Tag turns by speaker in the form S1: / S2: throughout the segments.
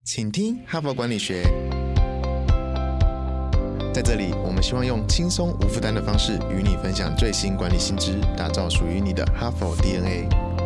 S1: 请听哈佛管理学。在这里，我们希望用轻松无负担的方式与你分享最新管理新知，打造属于你的哈佛 DNA。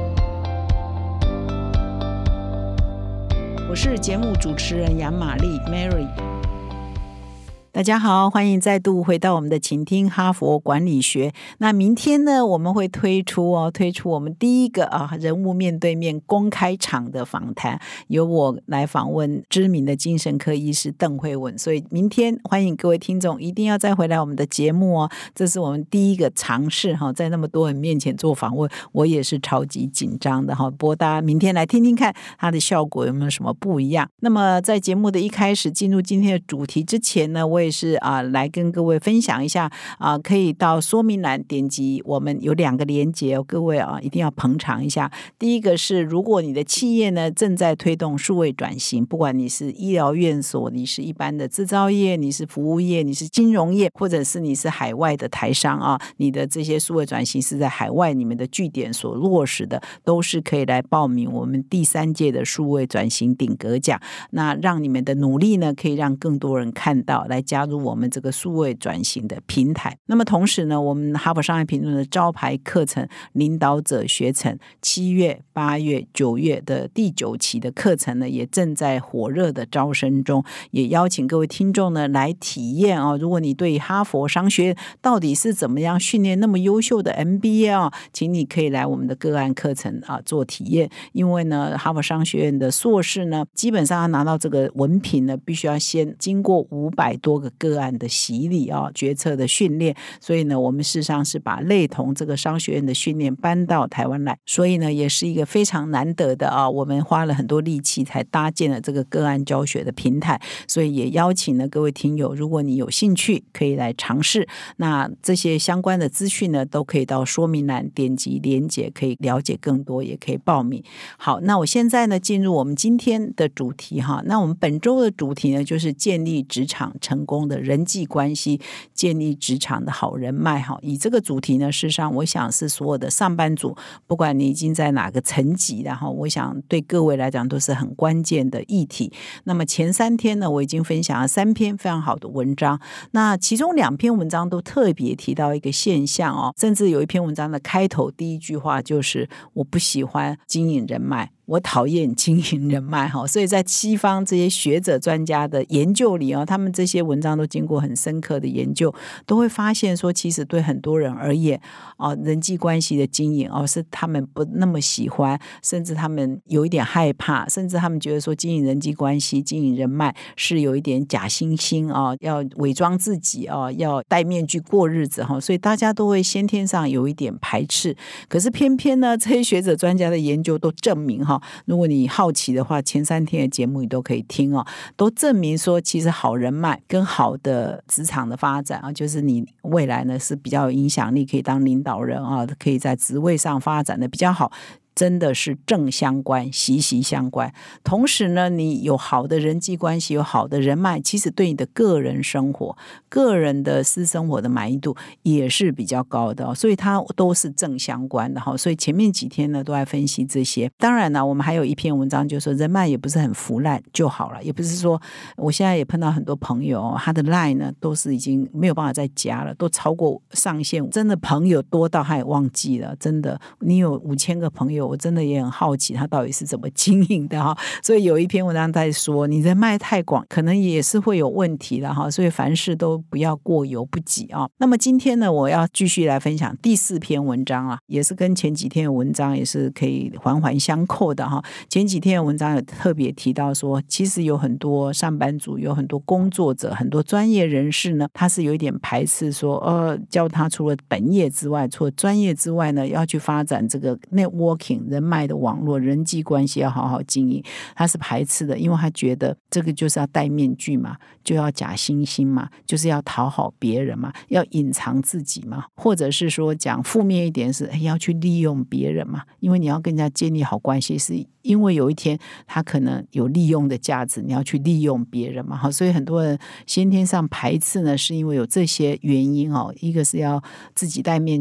S2: 我是节目主持人杨玛丽 Mary。大家好，欢迎再度回到我们的请听哈佛管理学。那明天呢，我们会推出我们第一个人物面对面公开场的访谈，由我来访问知名的精神科医师邓惠文。所以明天欢迎各位听众一定要再回来我们的节目哦。这是我们第一个尝试在那么多人面前做访问，我也是超级紧张的不过大家明天来听听看它的效果有没有什么不一样。那么在节目的一开始进入今天的主题之前呢，我也是来跟各位分享一下可以到说明栏点击我们有2个连结各位一定要捧场一下。第一个是如果你的企业呢正在推动数位转型，不管你是医疗院所，你是一般的制造业，你是服务业，你是金融业，或者是你是海外的台商你的这些数位转型是在海外你们的据点所落实的，都是可以来报名我们第3届的数位转型顶格奖。那让你们的努力呢可以让更多人看到，来加入我们这个数位转型的平台。那么同时呢，我们哈佛商业评论的招牌课程领导者学程7月、8月、9月的第9期的课程呢，也正在火热的招生中，也邀请各位听众呢来体验如果你对哈佛商学院到底是怎么样训练那么优秀的 MBA 请你可以来我们的个案课程做体验。因为呢，哈佛商学院的硕士呢，基本上要拿到这个文凭呢，必须要先经过500多个个案的洗礼决策的训练。所以呢，我们事实上是把类同这个商学院的训练搬到台湾来，所以呢，也是一个非常难得的我们花了很多力气才搭建了这个个案教学的平台。所以也邀请了各位听友，如果你有兴趣可以来尝试。那这些相关的资讯呢，都可以到说明栏点击连结，可以了解更多，也可以报名。好，那我现在呢进入我们今天的主题那我们本周的主题呢，就是建立职场成功的人际关系，建立职场的好人脉以这个主题呢，事实上我想是所有的上班族，不管你已经在哪个层级，然后我想对各位来讲都是很关键的议题。那么前3天呢，我已经分享了3篇非常好的文章，那其中2篇文章都特别提到一个现象甚至有一篇文章的开头第一句话就是我不喜欢经营人脉，我讨厌经营人脉所以在西方这些学者专家的研究里他们这些文章都经过很深刻的研究，都会发现说其实对很多人而言人际关系的经营是他们不那么喜欢，甚至他们有一点害怕，甚至他们觉得说经营人际关系经营人脉是有一点假惺惺要伪装自己要戴面具过日子所以大家都会先天上有一点排斥。可是偏偏呢，这些学者专家的研究都证明如果你好奇的话，前3天的节目你都可以听都证明说其实好人脉跟好的职场的发展就是你未来呢是比较有影响力，可以当领导人可以在职位上发展的比较好，真的是正相关，息息相关。同时呢，你有好的人际关系，有好的人脉，其实对你的个人生活、个人的私生活的满意度也是比较高的所以它都是正相关的所以前面几天呢都在分析这些。当然呢，我们还有一篇文章就是说人脉也不是很腐烂就好了，也不是说我现在也碰到很多朋友他的 LINE 呢都是已经没有办法再加了，都超过上限，真的朋友多到他也忘记了。真的，你有5000个朋友，我真的也很好奇他到底是怎么经营的所以有一篇文章在说你人脉太广可能也是会有问题的所以凡事都不要过犹不及那么今天呢，我要继续来分享第4篇文章也是跟前几天的文章也是可以环环相扣的前几天的文章有特别提到说，其实有很多上班族，有很多工作者，很多专业人士呢，他是有一点排斥说叫他除了本业之外，除了专业之外呢，要去发展这个 networking 人脉的网络，人际关系要好好经营，他是排斥的。因为他觉得这个就是要戴面具嘛，就要假惺惺嘛，就是要讨好别人嘛，要隐藏自己嘛，或者是说讲负面一点是要去利用别人嘛，因为你要跟人家建立好关系，是因为有一天他可能有利用的价值，你要去利用别人嘛。所以很多人先天上排斥呢，是因为有这些原因一个是要自己戴面具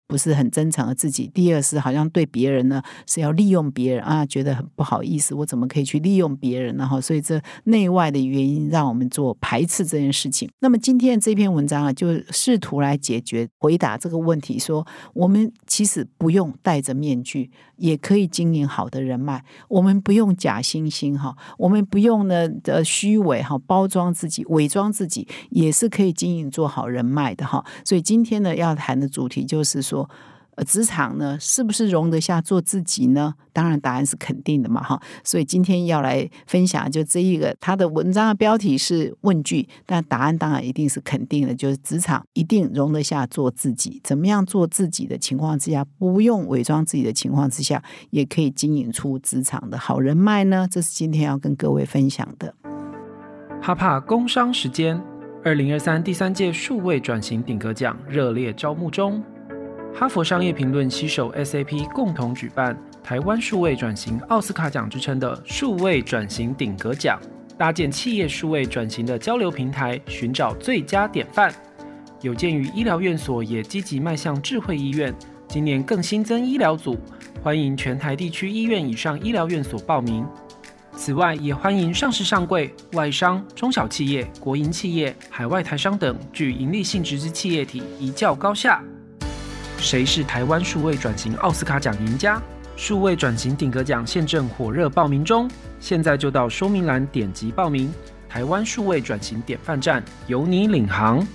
S2: 不是很真诚的自己，第二是好像对别人呢是要利用别人啊，觉得很不好意思，我怎么可以去利用别人呢？所以这内外的原因让我们做排斥这件事情。那么今天这篇文章就试图来解决回答这个问题，说我们其实不用戴着面具也可以经营好的人脉，我们不用假惺惺，我们不用呢虚伪包装自己伪装自己，也是可以经营做好人脉的。所以今天呢要谈的主题就是说职场呢是不是容得下做自己呢？当然答案是肯定的嘛所以今天要来分享就这一个，他的文章的标题是问句，但答案当然一定是肯定的，就是职场一定容得下做自己，怎么样做自己的情况之下，不用伪装自己的情况之下，也可以经营出职场的好人脉呢？这是今天要跟各位分享的。
S3: 哈帕工商时间，2023第3届数位转型顶格奖热烈招募中。哈佛商业评论携手 SAP 共同举办台湾数位转型奥斯卡奖之称的数位转型顶格奖，搭建企业数位转型的交流平台，寻找最佳典范。有鉴于医疗院所也积极迈向智慧医院，今年更新增医疗组，欢迎全台地区医院以上医疗院所报名。此外，也欢迎上市上柜、外商、中小企业、国营企业、海外台商等具营利性质之企业体一较高下。谁是台湾数位转型奥斯卡奖赢家？数位转型顶格奖现正火热报名中，现在就到说明栏点击报名。台湾数位转型典范站由你领航。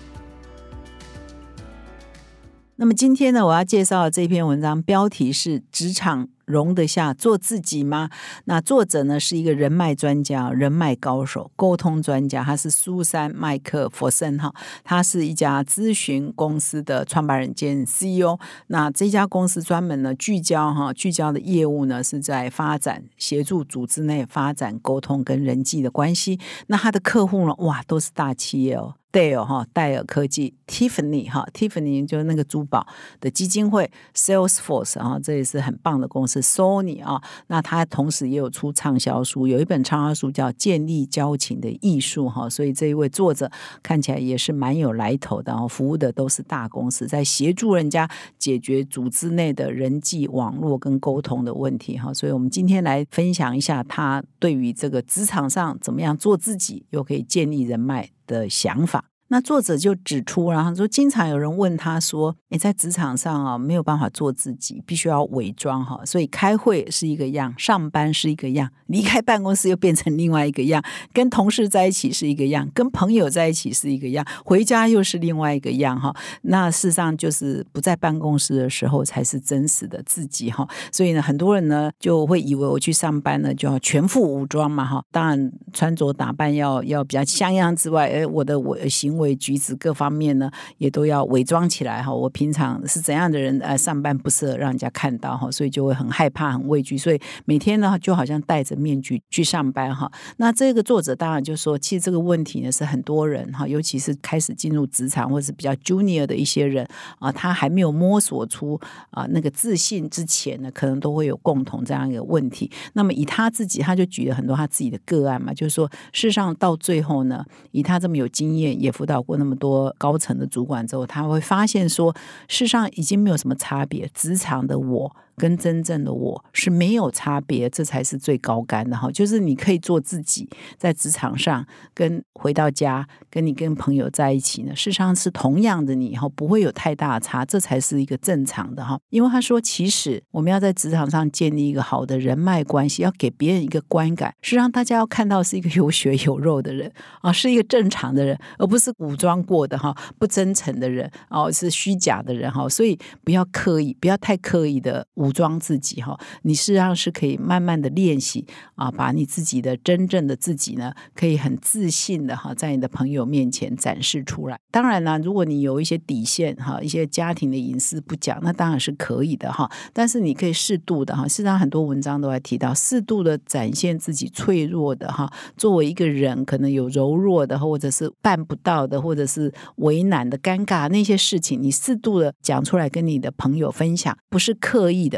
S2: 那么今天呢，我要介绍的这篇文章标题是职场容得下做自己吗？那作者呢是一个人脉专家、人脉高手、沟通专家，他是苏珊·麦克佛森他是一家咨询公司的创办人兼 CEO。那这家公司专门呢聚焦的业务呢是在发展协助组织内发展沟通跟人际的关系。那他的客户呢都是大企业戴尔科技 Tiffany 就是那个珠宝的基金会 Salesforce 这也是很棒的公司 Sony 那他同时也有出畅销书，有一本畅销书叫《建立交情的艺术》所以这一位作者看起来也是蛮有来头的服务的都是大公司，在协助人家解决组织内的人际网络跟沟通的问题所以我们今天来分享一下他对于这个职场上怎么样做自己又可以建立人脉的想法。那作者就指出，然后说经常有人问他说你在职场上没有办法做自己，必须要伪装所以开会是一个样，上班是一个样，离开办公室又变成另外一个样，跟同事在一起是一个样，跟朋友在一起是一个样，回家又是另外一个样那事实上就是不在办公室的时候才是真实的自己所以呢很多人呢就会以为我去上班呢就要全副武装嘛当然穿着打扮要比较像样之外我的行为举止各方面呢也都要伪装起来我平常是怎样的人上班不适合让人家看到所以就会很害怕很畏惧，所以每天呢就好像戴着面具去上班那这个作者当然就说其实这个问题呢是很多人尤其是开始进入职场或是比较 junior 的一些人他还没有摸索出那个自信之前呢可能都会有共同这样一个问题。那么以他自己他就举了很多他自己的个案嘛，就是说事实上到最后呢以他这么有经验也辅导过那么多高层的主管之后，他会发现说事实上已经没有什么差别，职场的我跟真正的我是没有差别，这才是最高干的就是你可以做自己，在职场上跟回到家跟你跟朋友在一起呢，事实上是同样的你不会有太大的差，这才是一个正常的因为他说其实我们要在职场上建立一个好的人脉关系，要给别人一个观感是让大家要看到是一个有血有肉的人是一个正常的人，而不是武装过的不真诚的人是虚假的人所以不要太刻意的武装自己你事实上是可以慢慢的练习把你自己的真正的自己呢可以很自信的在你的朋友面前展示出来。当然啦，如果你有一些底线一些家庭的隐私不讲，那当然是可以的但是你可以适度的事实上很多文章都在提到适度的展现自己脆弱的作为一个人可能有柔弱的或者是办不到的或者是为难的尴尬那些事情，你适度的讲出来跟你的朋友分享，不是刻意的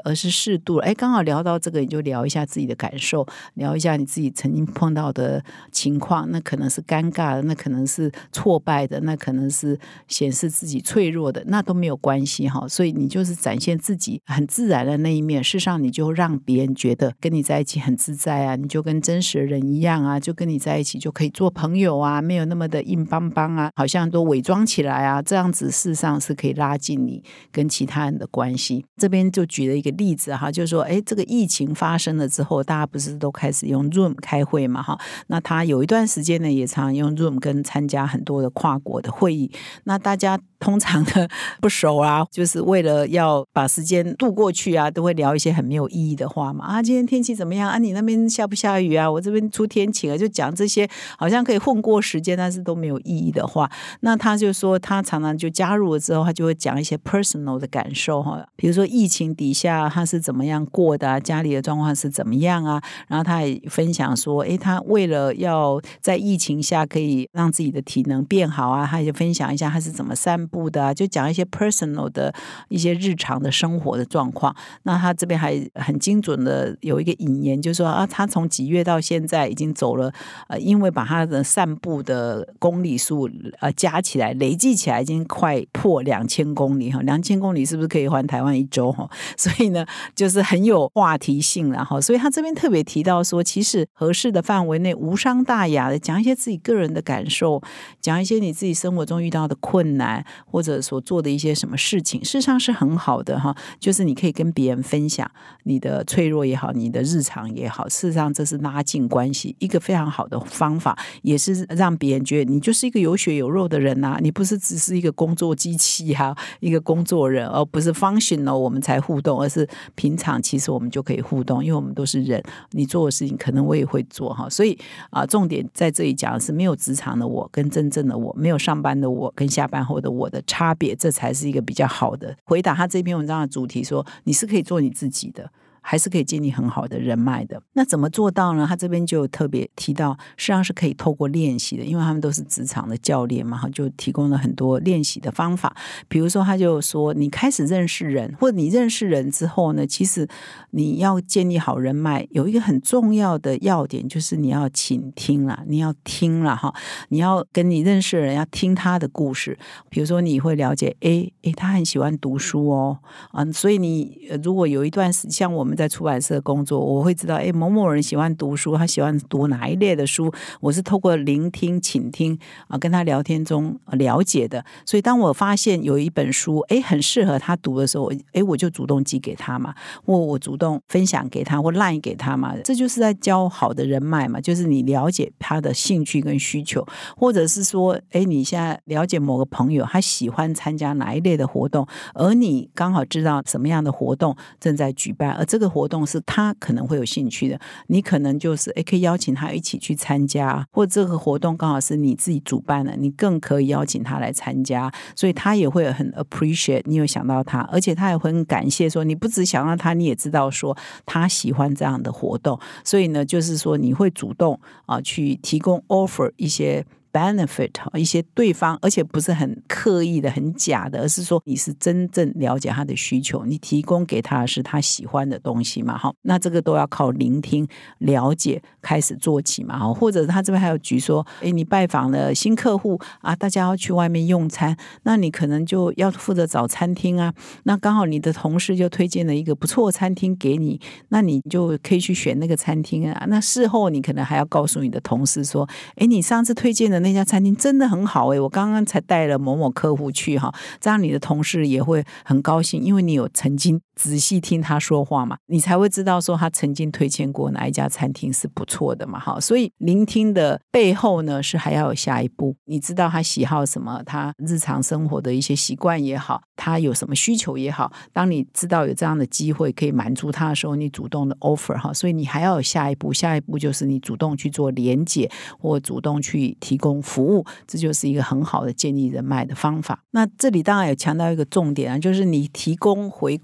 S2: 而是适度。刚好聊到这个，你就聊一下自己的感受，聊一下你自己曾经碰到的情况，那可能是尴尬的，那可能是挫败的，那可能是显示自己脆弱的，那都没有关系哈。所以你就是展现自己很自然的那一面，事实上你就让别人觉得跟你在一起很自在啊，你就跟真实的人一样啊，就跟你在一起就可以做朋友啊，没有那么的硬邦邦啊，好像都伪装起来啊，这样子事实上是可以拉近你跟其他人的关系。这边就举了一个例子哈，就是说这个疫情发生了之后，大家不是都开始用 Zoom 开会嘛哈，那他有一段时间呢也常用 Zoom 跟参加很多的跨国的会议，那大家通常的不熟啊，就是为了要把时间度过去啊，都会聊一些很没有意义的话嘛。今天天气怎么样啊？你那边下不下雨啊？我这边出天晴了，就讲这些好像可以混过时间，但是都没有意义的话。那他就说他常常就加入了之后，他就会讲一些 personal 的感受哈，比如说疫情底下他是怎么样过的啊，家里的状况是怎么样啊，然后他也分享说他为了要在疫情下可以让自己的体能变好啊，他也分享一下他是怎么散步的啊，就讲一些 personal 的一些日常的生活的状况。那他这边还很精准的有一个引言，就是说他从几月到现在已经走了因为把他的散步的公里数加起来累计起来已经快破2000公里2000公里是不是可以环台湾1周所以呢就是很有话题性了所以他这边特别提到说，其实合适的范围内无伤大雅的讲一些自己个人的感受，讲一些你自己生活中遇到的困难或者所做的一些什么事情，事实上是很好的就是你可以跟别人分享你的脆弱也好，你的日常也好，事实上这是拉近关系一个非常好的方法，也是让别人觉得你就是一个有血有肉的人啊，你不是只是一个工作机器啊，一个工作人，而不是 functional 我们才互动，而是平常其实我们就可以互动，因为我们都是人，你做的事情可能我也会做所以重点在这里讲的是没有职场的我跟真正的我，没有上班的我跟下班后的我的差别，这才是一个比较好的回答他这篇文章的主题，说你是可以做你自己的，还是可以建立很好的人脉的。那怎么做到呢？他这边就特别提到实际上是可以透过练习的，因为他们都是职场的教练嘛，就提供了很多练习的方法。比如说他就说你开始认识人，或者你认识人之后呢，其实你要建立好人脉有一个很重要的要点，就是你要倾听啦，你要听啦你要跟你认识的人要听他的故事。比如说你会了解他很喜欢读书所以你如果有一段时间像我们在出版社工作，我会知道某某人喜欢读书，他喜欢读哪一类的书，我是透过聆听倾听跟他聊天中了解的。所以当我发现有一本书很适合他读的时候，我就主动寄给他嘛，或我主动分享给他，或 LINE 给他嘛，这就是在交好的人脉嘛，就是你了解他的兴趣跟需求，或者是说你现在了解某个朋友他喜欢参加哪一类的活动，而你刚好知道什么样的活动正在举办，而这个活动是他可能会有兴趣的，你可能就是可以邀请他一起去参加，或者这个活动刚好是你自己主办的，你更可以邀请他来参加，所以他也会很 appreciate 你有想到他，而且他也会很感谢说你不只想到他，你也知道说他喜欢这样的活动，所以呢就是说你会主动去提供 offer 一些benefit 一些对方，而且不是很刻意的很假的，而是说你是真正了解他的需求，你提供给他的是他喜欢的东西嘛那这个都要靠聆听了解开始做起嘛或者他这边还有举说你拜访了新客户大家要去外面用餐，那你可能就要负责找餐厅那刚好你的同事就推荐了一个不错的餐厅给你，那你就可以去选那个餐厅那事后你可能还要告诉你的同事说你上次推荐的那家餐厅真的很好我刚刚才带了某某客户去这样你的同事也会很高兴，因为你有曾经仔细听他说话嘛，你才会知道说他曾经推荐过哪一家餐厅是不错的嘛所以聆听的背后呢是还要有下一步，你知道他喜好什么，他日常生活的一些习惯也好，他有什么需求也好，当你知道有这样的机会可以满足他的时候，你主动的 offer 所以你还要有下一步，下一步就是你主动去做连结或主动去提供服务，这就是一个很好的建立人脉的方法。那这里当然有强调一个重点就是你提供回馈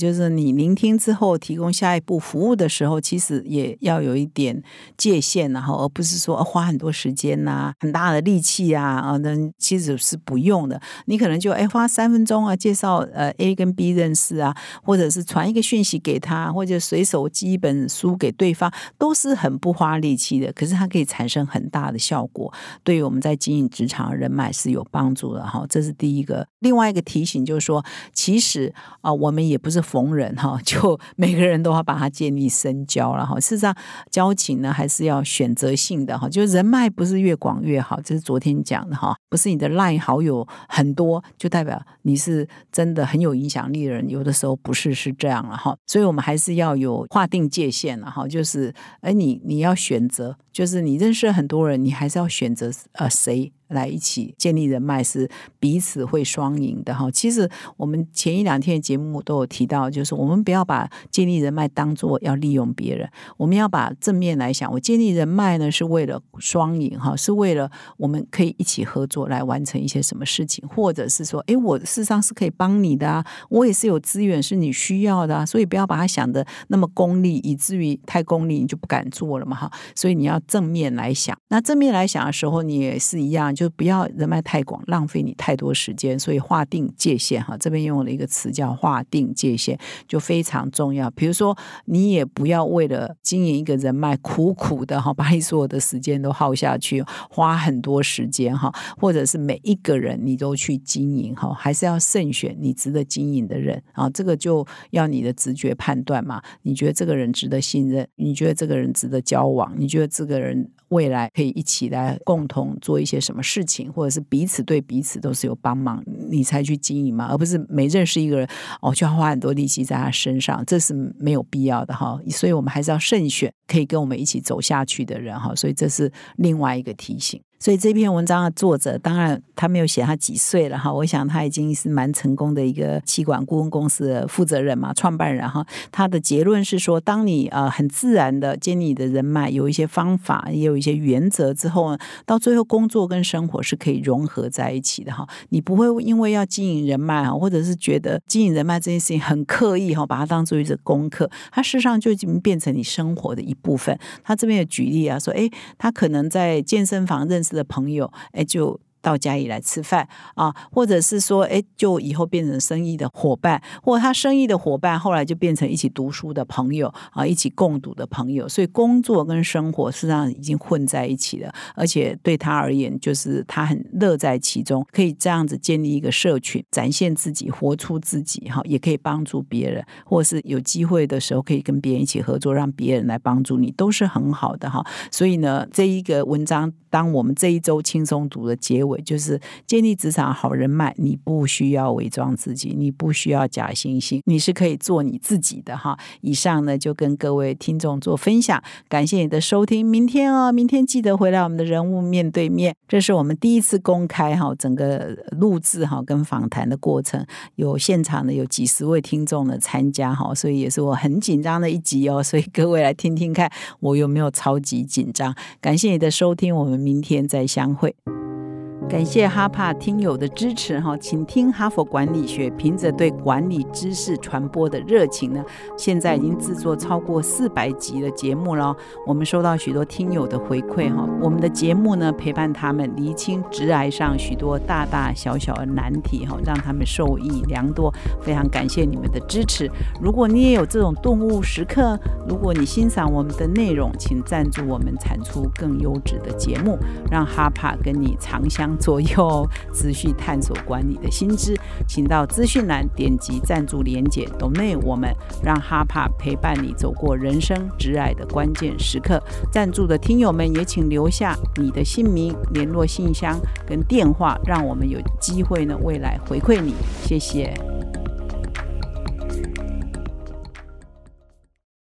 S2: 就是你聆听之后提供下一步服务的时候，其实也要有一点界限，然后而不是说花很多时间啊很大的力气啊，其实是不用的。你可能就花3分钟啊介绍A 跟 B 认识啊，或者是传一个讯息给他，或者随手寄一本书给对方，都是很不花力气的，可是它可以产生很大的效果，对于我们在经营职场人脉是有帮助的哈。这是第一个。另外一个提醒就是说，其实我们也不是逢人就每个人都要把它建立深交了哈。事实上交情呢还是要选择性的哈，就是人脉不是越广越好，这是昨天讲的哈。不是你的 LINE 好友很多就代表你是真的很有影响力的人，有的时候不是这样了哈。所以我们还是要有划定界限了哈，就是你要选择，就是你认识很多人，你还是要选择谁来一起建立人脉，是彼此会双赢的哈。其实我们前1-2天的节目都有提到，就是我们不要把建立人脉当作要利用别人，我们要把正面来想，我建立人脉呢是为了双赢哈，是为了我们可以一起合作来完成一些什么事情，或者是说我事实上是可以帮你的啊，我也是有资源是你需要的啊，所以不要把它想的那么功利，以至于太功利你就不敢做了嘛哈。所以你要正面来想，那正面来想的时候你也是一样，就不要人脉太广，浪费你太多时间，所以划定界限哈。这边用了一个词叫划定界限，就非常重要。比如说你也不要为了经营一个人脉苦苦的把你所有的时间都耗下去，花很多时间哈，或者是每一个人你都去经营哈，还是要慎选你值得经营的人啊。这个就要你的直觉判断嘛，你觉得这个人值得信任，你觉得这个人值得交往，你觉得这个人未来可以一起来共同做一些什么事情，或者是彼此对彼此都是有帮忙，你才去经营嘛，而不是每认识一个人就要花很多力气在他身上，这是没有必要的哈。所以我们还是要慎选可以跟我们一起走下去的人哈，所以这是另外一个提醒。所以这篇文章的作者，当然他没有写他几岁了哈，我想他已经是蛮成功的一个企管顾问公司的负责人嘛，创办人哈。他的结论是说，当你很自然的建立你的人脉，有一些方法，也有一些原则之后呢，到最后工作跟生活是可以融合在一起的哈。你不会因为要经营人脉或者是觉得经营人脉这件事情很刻意把它当作一个功课，它事实上就已经变成你生活的一部分。他这边也举例说他可能在健身房认识的朋友就到家里来吃饭或者是说就以后变成生意的伙伴，或者他生意的伙伴后来就变成一起读书的朋友一起共读的朋友。所以工作跟生活实际上已经混在一起了，而且对他而言就是他很乐在其中，可以这样子建立一个社群，展现自己，活出自己也可以帮助别人，或是有机会的时候可以跟别人一起合作，让别人来帮助你，都是很好的所以呢，这一个文章当我们这一周轻松读的结尾，就是建立职场好人脉，你不需要伪装自己，你不需要假惺惺，你是可以做你自己的以上呢就跟各位听众做分享，感谢你的收听。明天记得回来我们的人物面对面，这是我们第一次公开整个录制跟访谈的过程，有现场的有几十位听众的参加所以也是我很紧张的一集所以各位来听听看我有没有超级紧张。感谢你的收听，我们明天再相会。感谢哈帕听友的支持请听哈佛管理学，凭着对管理知识传播的热情呢，现在已经制作超过400集的节目了。我们收到许多听友的回馈我们的节目呢陪伴他们厘清职涯上许多大大小小的难题让他们受益良多，非常感谢你们的支持。如果你也有这种顿悟时刻，如果你欣赏我们的内容，请赞助我们产出更优质的节目，让哈帕跟你长相左右，持续探索管理的新知。请到资讯栏点击赞助连结，donate我们，让哈帕陪伴你走过人生职涯的关键时刻。赞助的听友们也请留下你的姓名、联络信箱跟电话，让我们有机会呢未来回馈你。谢谢。